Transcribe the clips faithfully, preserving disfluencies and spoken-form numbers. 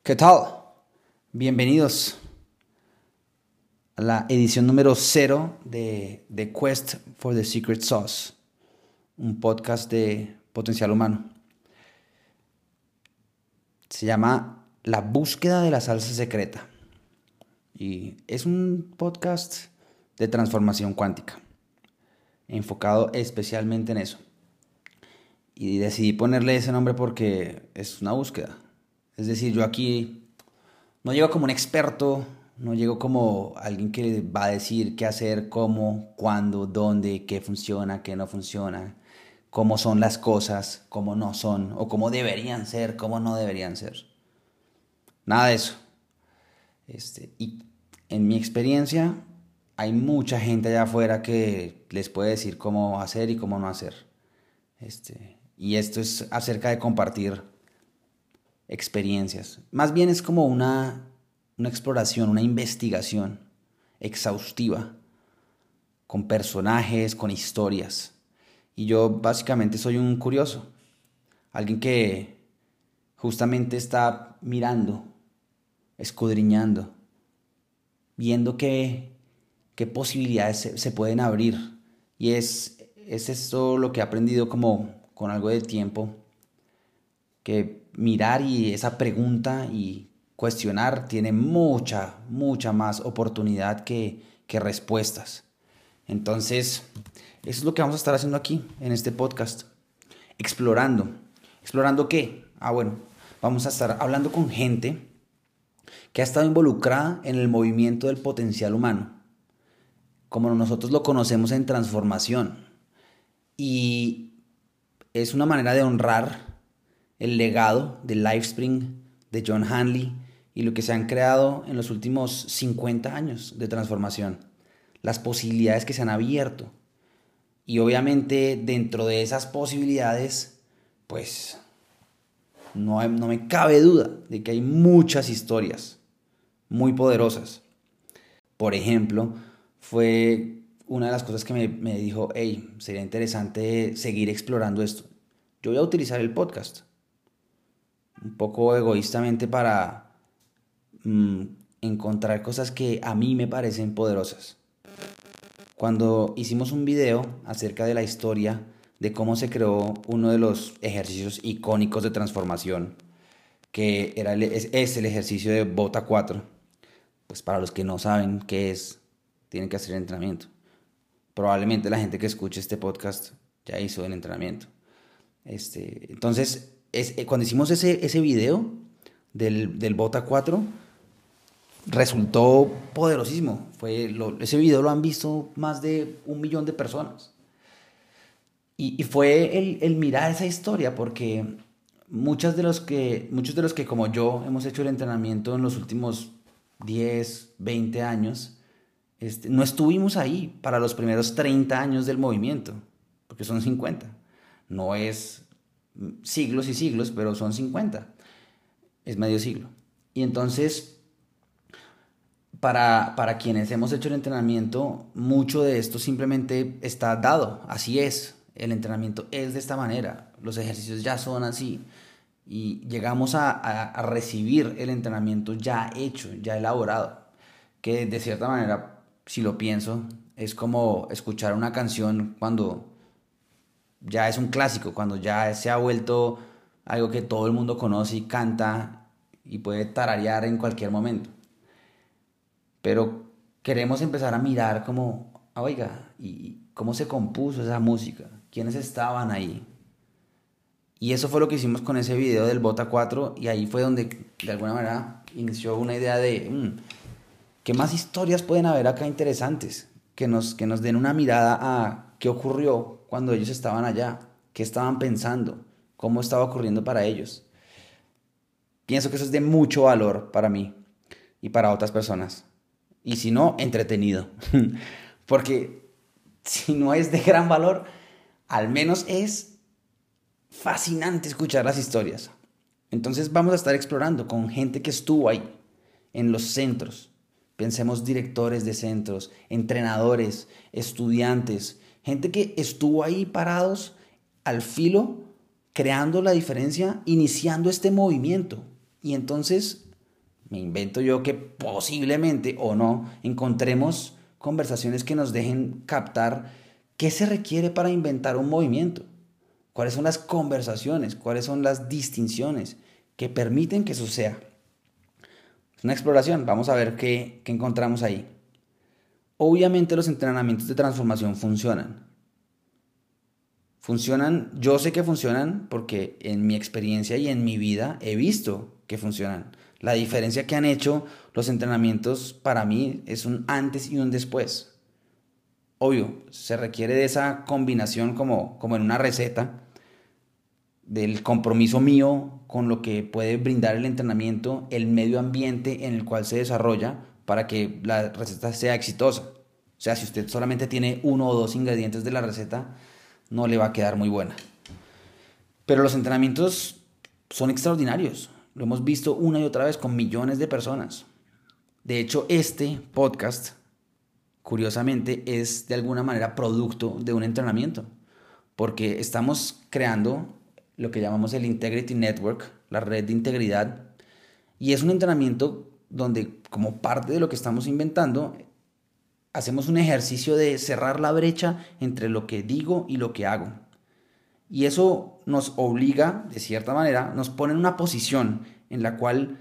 ¿Qué tal? Bienvenidos a la edición número cero de The Quest for the Secret Sauce, un podcast de potencial humano. Se llama La búsqueda de la salsa secreta y es un podcast de transformación cuántica, enfocado especialmente en eso. Y decidí ponerle ese nombre porque es una búsqueda. Es decir, yo aquí no llego como un experto, no llego como alguien que va a decir qué hacer, cómo, cuándo, dónde, qué funciona, qué no funciona, cómo son las cosas, cómo no son, o cómo deberían ser, cómo no deberían ser. Nada de eso. Este, y en mi experiencia, hay mucha gente allá afuera que les puede decir cómo hacer y cómo no hacer. Este, y esto es acerca de compartir experiencias. Más bien es como una, una exploración, una investigación exhaustiva, con personajes, con historias. Y yo básicamente soy un curioso, alguien que justamente está mirando, escudriñando, viendo qué, qué posibilidades se, se pueden abrir. Y es, es esto lo que he aprendido como con algo de tiempo, que mirar y esa pregunta y cuestionar tiene mucha, mucha más oportunidad que, que respuestas. Entonces, eso es lo que vamos a estar haciendo aquí, en este podcast. Explorando. ¿Explorando qué? Ah, bueno, vamos a estar hablando con gente que ha estado involucrada en el movimiento del potencial humano, como nosotros lo conocemos en transformación. Y es una manera de honrar el legado de Lifespring, de John Hanley y lo que se han creado en los últimos cincuenta años de transformación, las posibilidades que se han abierto. Y obviamente dentro de esas posibilidades, pues no, no me cabe duda de que hay muchas historias muy poderosas. Por ejemplo, fue una de las cosas que me, me dijo, hey, sería interesante seguir explorando esto. Yo voy a utilizar el podcast un poco egoístamente para mmm, encontrar cosas que a mí me parecen poderosas. Cuando hicimos un video acerca de la historia de cómo se creó uno de los ejercicios icónicos de transformación, que era el, es, es el ejercicio de Bota cuatro, pues para los que no saben qué es, tienen que hacer el entrenamiento. Probablemente la gente que escuche este podcast ya hizo el entrenamiento. Este, entonces, es, cuando hicimos ese, ese video del, del Bota cuatro, resultó poderosísimo. Fue lo, ese video lo han visto más de un millón de personas. Y, y fue el, el mirar esa historia, porque muchos de, los que, muchos de los que como yo hemos hecho el entrenamiento en los últimos diez, veinte años, este, no estuvimos ahí para los primeros treinta años del movimiento, porque son cincuenta. No es siglos y siglos, pero son cincuenta. Es medio siglo. Y entonces, para, para quienes hemos hecho el entrenamiento, mucho de esto simplemente está dado. Así es. El entrenamiento es de esta manera. Los ejercicios ya son así. Y llegamos a, a, a recibir el entrenamiento ya hecho, ya elaborado. Que de cierta manera, si lo pienso, es como escuchar una canción cuando ya es un clásico, cuando ya se ha vuelto algo que todo el mundo conoce y canta y puede tararear en cualquier momento. Pero queremos empezar a mirar como, ah, oiga, ¿y cómo se compuso esa música? ¿Quiénes estaban ahí? Y eso fue lo que hicimos con ese video del Bota cuatro, y ahí fue donde de alguna manera inició una idea de mmm, ¿qué más historias pueden haber acá interesantes? Que nos, que nos den una mirada a qué ocurrió cuando ellos estaban allá, qué estaban pensando, cómo estaba ocurriendo para ellos. Pienso que eso es de mucho valor para mí y para otras personas. Y si no, entretenido. Porque si no es de gran valor, al menos es fascinante escuchar las historias. Entonces vamos a estar explorando con gente que estuvo ahí, en los centros. Pensemos directores de centros, entrenadores, estudiantes, gente que estuvo ahí parados al filo, creando la diferencia, iniciando este movimiento. Y entonces me invento yo que posiblemente o no encontremos conversaciones que nos dejen captar qué se requiere para inventar un movimiento, cuáles son las conversaciones, cuáles son las distinciones que permiten que eso sea. Es una exploración, vamos a ver qué, qué encontramos ahí. Obviamente los entrenamientos de transformación funcionan. Funcionan, yo sé que funcionan porque en mi experiencia y en mi vida he visto que funcionan. La diferencia que han hecho los entrenamientos para mí es un antes y un después. Obvio, se requiere de esa combinación como, como en una receta, del compromiso mío con lo que puede brindar el entrenamiento, el medio ambiente en el cual se desarrolla para que la receta sea exitosa. O sea, si usted solamente tiene uno o dos ingredientes de la receta, no le va a quedar muy buena. Pero los entrenamientos son extraordinarios. Lo hemos visto una y otra vez con millones de personas. De hecho, este podcast, curiosamente, es de alguna manera producto de un entrenamiento. Porque estamos creando lo que llamamos el Integrity Network, la red de integridad. Y es un entrenamiento donde, como parte de lo que estamos inventando, hacemos un ejercicio de cerrar la brecha entre lo que digo y lo que hago. Y eso nos obliga, de cierta manera, nos pone en una posición en la cual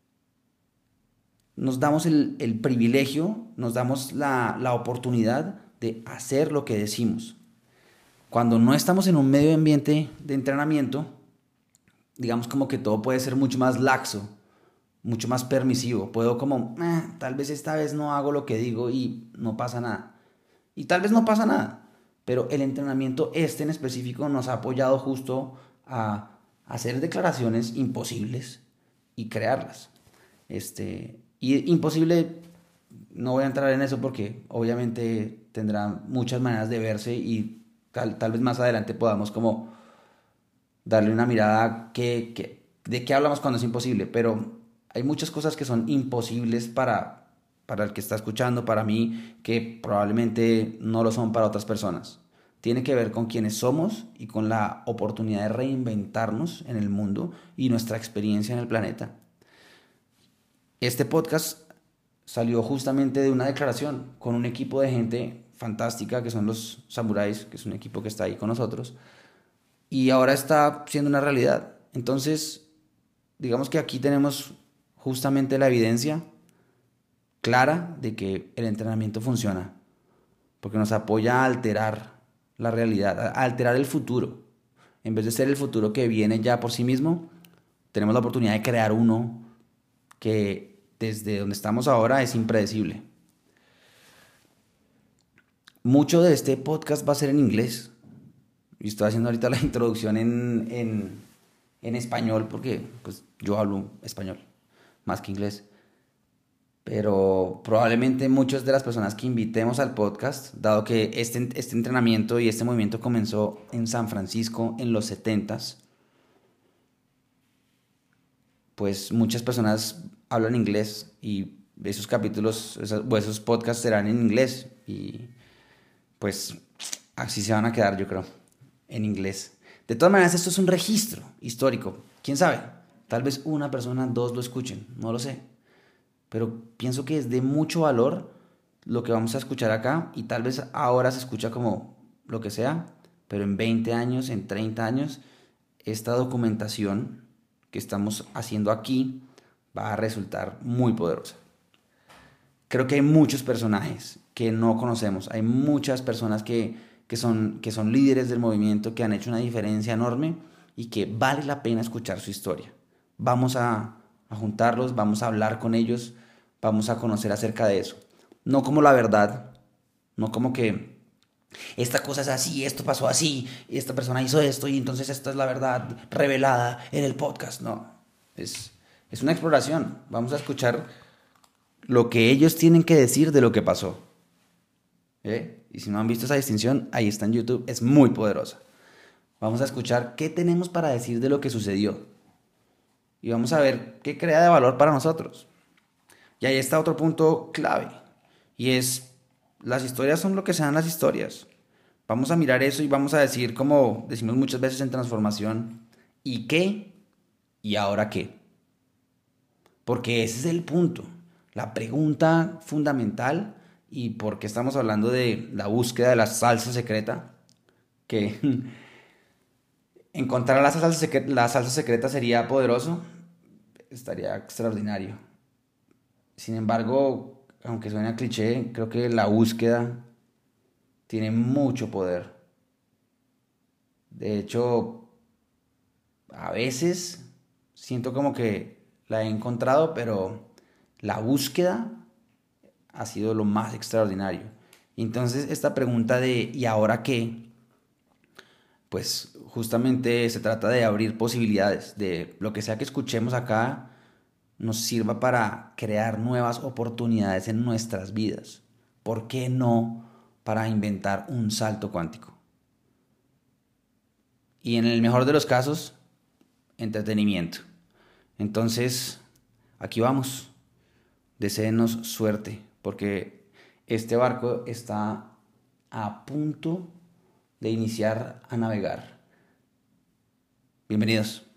nos damos el, el privilegio, nos damos la, la oportunidad de hacer lo que decimos. Cuando no estamos en un medio ambiente de entrenamiento, digamos como que todo puede ser mucho más laxo, mucho más permisivo. Puedo como, eh, tal vez esta vez no hago lo que digo y no pasa nada. Y tal vez no pasa nada, pero el entrenamiento este en específico nos ha apoyado justo a hacer declaraciones imposibles y crearlas. Este, y imposible, no voy a entrar en eso porque obviamente tendrá muchas maneras de verse y tal, tal vez más adelante podamos como darle una mirada que, que, de qué hablamos cuando es imposible, pero hay muchas cosas que son imposibles para, para el que está escuchando, para mí, que probablemente no lo son para otras personas. Tiene que ver con quiénes somos y con la oportunidad de reinventarnos en el mundo y nuestra experiencia en el planeta. Este podcast salió justamente de una declaración con un equipo de gente fantástica que son los Samuráis, que es un equipo que está ahí con nosotros, y ahora está siendo una realidad. Entonces, digamos que aquí tenemos justamente la evidencia clara de que el entrenamiento funciona, porque nos apoya a alterar la realidad, a alterar el futuro. En vez de ser el futuro que viene ya por sí mismo, tenemos la oportunidad de crear uno que desde donde estamos ahora es impredecible. Mucho de este podcast va a ser en inglés. Y estoy haciendo ahorita la introducción en, en, en español porque pues, yo hablo español más que inglés. Pero probablemente muchas de las personas que invitemos al podcast, dado que este, este entrenamiento y este movimiento comenzó en San Francisco en los setentas, pues muchas personas hablan inglés y esos capítulos esos, o esos podcasts serán en inglés y pues así se van a quedar, yo creo, en inglés. De todas maneras, esto es un registro histórico. ¿Quién sabe? Tal vez una persona, dos lo escuchen, no lo sé. Pero pienso que es de mucho valor lo que vamos a escuchar acá y tal vez ahora se escucha como lo que sea, pero en veinte años, en treinta años, esta documentación que estamos haciendo aquí va a resultar muy poderosa. Creo que hay muchos personajes que no conocemos, hay muchas personas que, que, son, que son líderes del movimiento, que han hecho una diferencia enorme y que vale la pena escuchar su historia. Vamos a, a juntarlos, vamos a hablar con ellos, vamos a conocer acerca de eso. No como la verdad, no como que esta cosa es así, esto pasó así, y esta persona hizo esto y entonces esta es la verdad revelada en el podcast. No, es, es una exploración. Vamos a escuchar lo que ellos tienen que decir de lo que pasó. ¿Eh? Y si no han visto esa distinción, ahí está en YouTube, es muy poderosa. Vamos a escuchar qué tenemos para decir de lo que sucedió. Y vamos a ver qué crea de valor para nosotros. Y ahí está otro punto clave. Y es, las historias son lo que sean las historias. Vamos a mirar eso y vamos a decir, como decimos muchas veces en transformación, ¿y qué? ¿Y ahora qué? Porque ese es el punto. La pregunta fundamental y por qué estamos hablando de la búsqueda de la salsa secreta, que encontrar la salsa secreta, la salsa secreta sería poderoso, estaría extraordinario. Sin embargo, aunque suene a cliché, creo que la búsqueda tiene mucho poder. De hecho, a veces siento como que la he encontrado, pero la búsqueda ha sido lo más extraordinario. Entonces, esta pregunta de ¿y ahora qué? Pues justamente se trata de abrir posibilidades, de lo que sea que escuchemos acá nos sirva para crear nuevas oportunidades en nuestras vidas. ¿Por qué no para inventar un salto cuántico? Y en el mejor de los casos, entretenimiento. Entonces, aquí vamos. Deséenos suerte, porque este barco está a punto de iniciar a navegar. Bienvenidos.